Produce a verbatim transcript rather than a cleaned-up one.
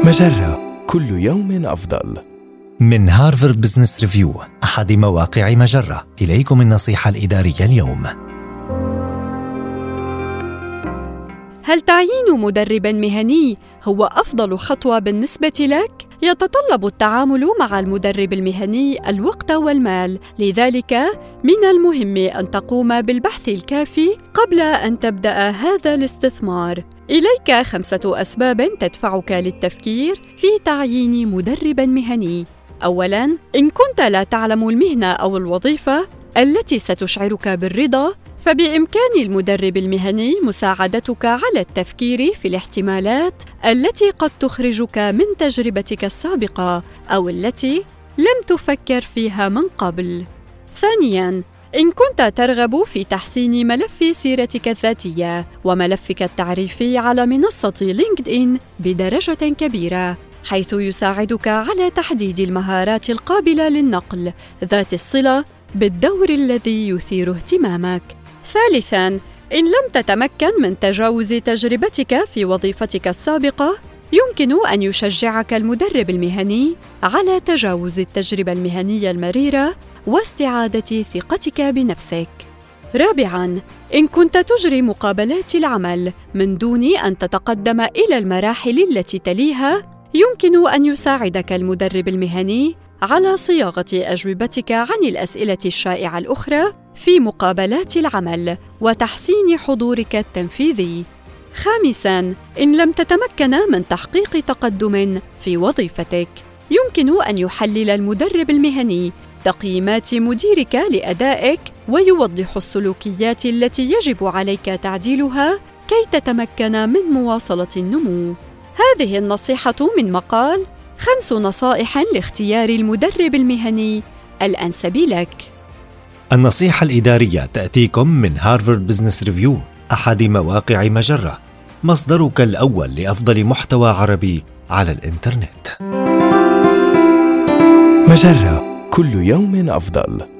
مجرة، كل يوم أفضل. من هارفارد بزنس ريفيو، أحد مواقع مجرة، إليكم النصيحة الإدارية اليوم. هل تعيين مدرب مهني هو أفضل خطوة بالنسبة لك؟ يتطلب التعامل مع المدرب المهني الوقت والمال، لذلك من المهم أن تقوم بالبحث الكافي قبل أن تبدأ هذا الاستثمار. إليك خمسة أسباب تدفعك للتفكير في تعيين مدرب مهني. أولاً، إن كنت لا تعلم المهنة أو الوظيفة التي ستشعرك بالرضا، فبإمكان المدرب المهني مساعدتك على التفكير في الاحتمالات التي قد تخرجك من تجربتك السابقة أو التي لم تفكر فيها من قبل. ثانياً، إن كنت ترغب في تحسين ملف سيرتك الذاتية وملفك التعريفي على منصة لينكد إن بدرجة كبيرة، حيث يساعدك على تحديد المهارات القابلة للنقل ذات الصلة بالدور الذي يثير اهتمامك. ثالثاً، إن لم تتمكن من تجاوز تجربتك في وظيفتك السابقة، يمكن أن يشجعك المدرب المهني على تجاوز التجربة المهنية المريرة واستعادة ثقتك بنفسك. رابعاً، إن كنت تجري مقابلات العمل من دون أن تتقدم إلى المراحل التي تليها، يمكن أن يساعدك المدرب المهني على صياغة أجوبتك عن الأسئلة الشائعة الأخرى في مقابلات العمل وتحسين حضورك التنفيذي. خامساً، إن لم تتمكن من تحقيق تقدم في وظيفتك، يمكن أن يحلل المدرب المهني تقييمات مديرك لأدائك ويوضح السلوكيات التي يجب عليك تعديلها كي تتمكن من مواصلة النمو. هذه النصيحة من مقال خمس نصائح لاختيار المدرب المهني الأنسب لك. النصيحة الإدارية تأتيكم من هارفارد بزنس ريفيو، أحد مواقع مجرة، مصدرك الأول لأفضل محتوى عربي على الإنترنت. مجرة، كل يوم أفضل.